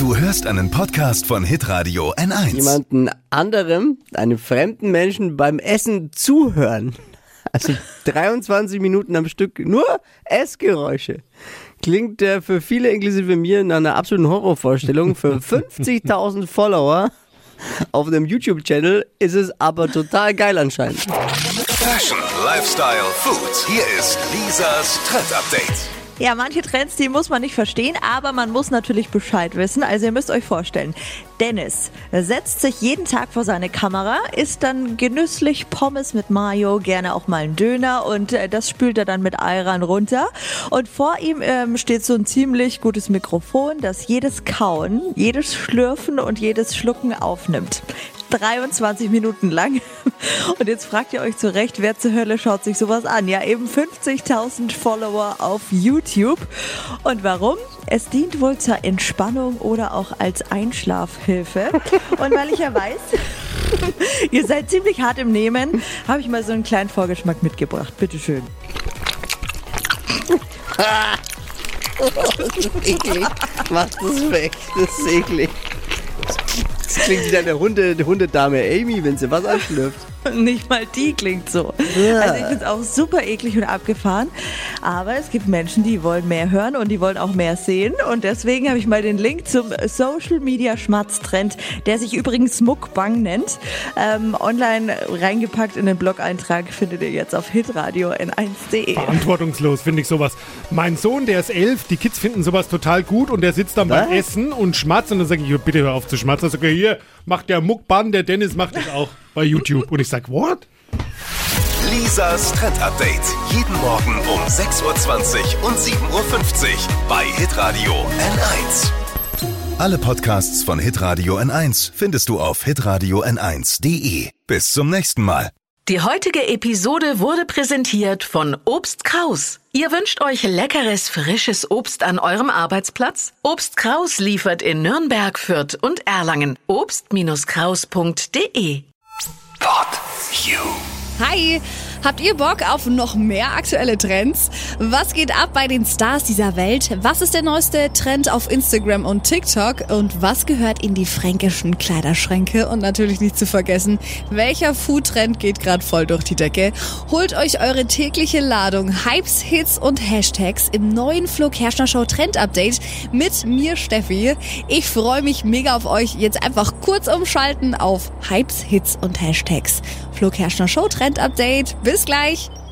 Du hörst einen Podcast von Hitradio N1. Jemanden anderem, einem fremden Menschen beim Essen zuhören. Also 23 Minuten am Stück, nur Essgeräusche. Klingt für viele, inklusive mir, nach einer absoluten Horrorvorstellung. Für 50.000 Follower auf dem YouTube-Channel ist es aber total geil anscheinend. Fashion, Lifestyle, Food. Hier ist Lisas Trend Update. Ja, manche Trends, die muss man nicht verstehen, aber man muss natürlich Bescheid wissen. Also ihr müsst euch vorstellen, Dennis setzt sich jeden Tag vor seine Kamera, isst dann genüsslich Pommes mit Mayo, gerne auch mal einen Döner und das spült er dann mit Ayran runter. Und vor ihm steht so ein ziemlich gutes Mikrofon, das jedes Kauen, jedes Schlürfen und jedes Schlucken aufnimmt. 23 Minuten lang. Und jetzt fragt ihr euch zu Recht, wer zur Hölle schaut sich sowas an? Ja, eben 50.000 Follower auf YouTube. Und warum? Es dient wohl zur Entspannung oder auch als Einschlafhilfe. Und weil ich ja weiß, ihr seid ziemlich hart im Nehmen, habe ich mal so einen kleinen Vorgeschmack mitgebracht. Bitteschön. Das ist eklig. Mach das weg, das ist eklig. Das klingt wie deine Hundedame Amy, wenn sie was anschlürft. Nicht mal die klingt so. Also ich finde es auch super eklig und abgefahren. Aber es gibt Menschen, die wollen mehr hören und die wollen auch mehr sehen. Und deswegen habe ich mal den Link zum Social Media Schmatztrend, der sich übrigens Mukbang nennt, online reingepackt in den Blog-Eintrag. Findet ihr jetzt auf hitradio n1.de. Verantwortungslos finde ich sowas. Mein Sohn, der ist 11, die Kids finden sowas total gut und der sitzt dann beim Essen und schmatzt und dann sage ich, bitte hör auf zu schmatzen. Dann sage ich, hier, macht der Mukbang, der Dennis macht das auch bei YouTube. Und ich sage, what? Lisas Trend Update. Jeden Morgen um 6.20 Uhr und 7.50 Uhr bei Hitradio N1. Alle Podcasts von Hitradio N1 findest du auf hitradio n1.de. Bis zum nächsten Mal. Die heutige Episode wurde präsentiert von Obst Kraus. Ihr wünscht euch leckeres, frisches Obst an eurem Arbeitsplatz? Obst Kraus liefert in Nürnberg, Fürth und Erlangen. Obst-Kraus.de. Pod You. Hi, habt ihr Bock auf noch mehr aktuelle Trends? Was geht ab bei den Stars dieser Welt? Was ist der neueste Trend auf Instagram und TikTok? Und was gehört in die fränkischen Kleiderschränke? Und natürlich nicht zu vergessen, welcher Food-Trend geht gerade voll durch die Decke? Holt euch eure tägliche Ladung Hypes, Hits und Hashtags im neuen Flo Kerschner Show Trend Update mit mir, Steffi. Ich freue mich mega auf euch. Jetzt einfach kurz umschalten auf Hypes, Hits und Hashtags. Flo Kerschner Show Trend Update. Bis gleich!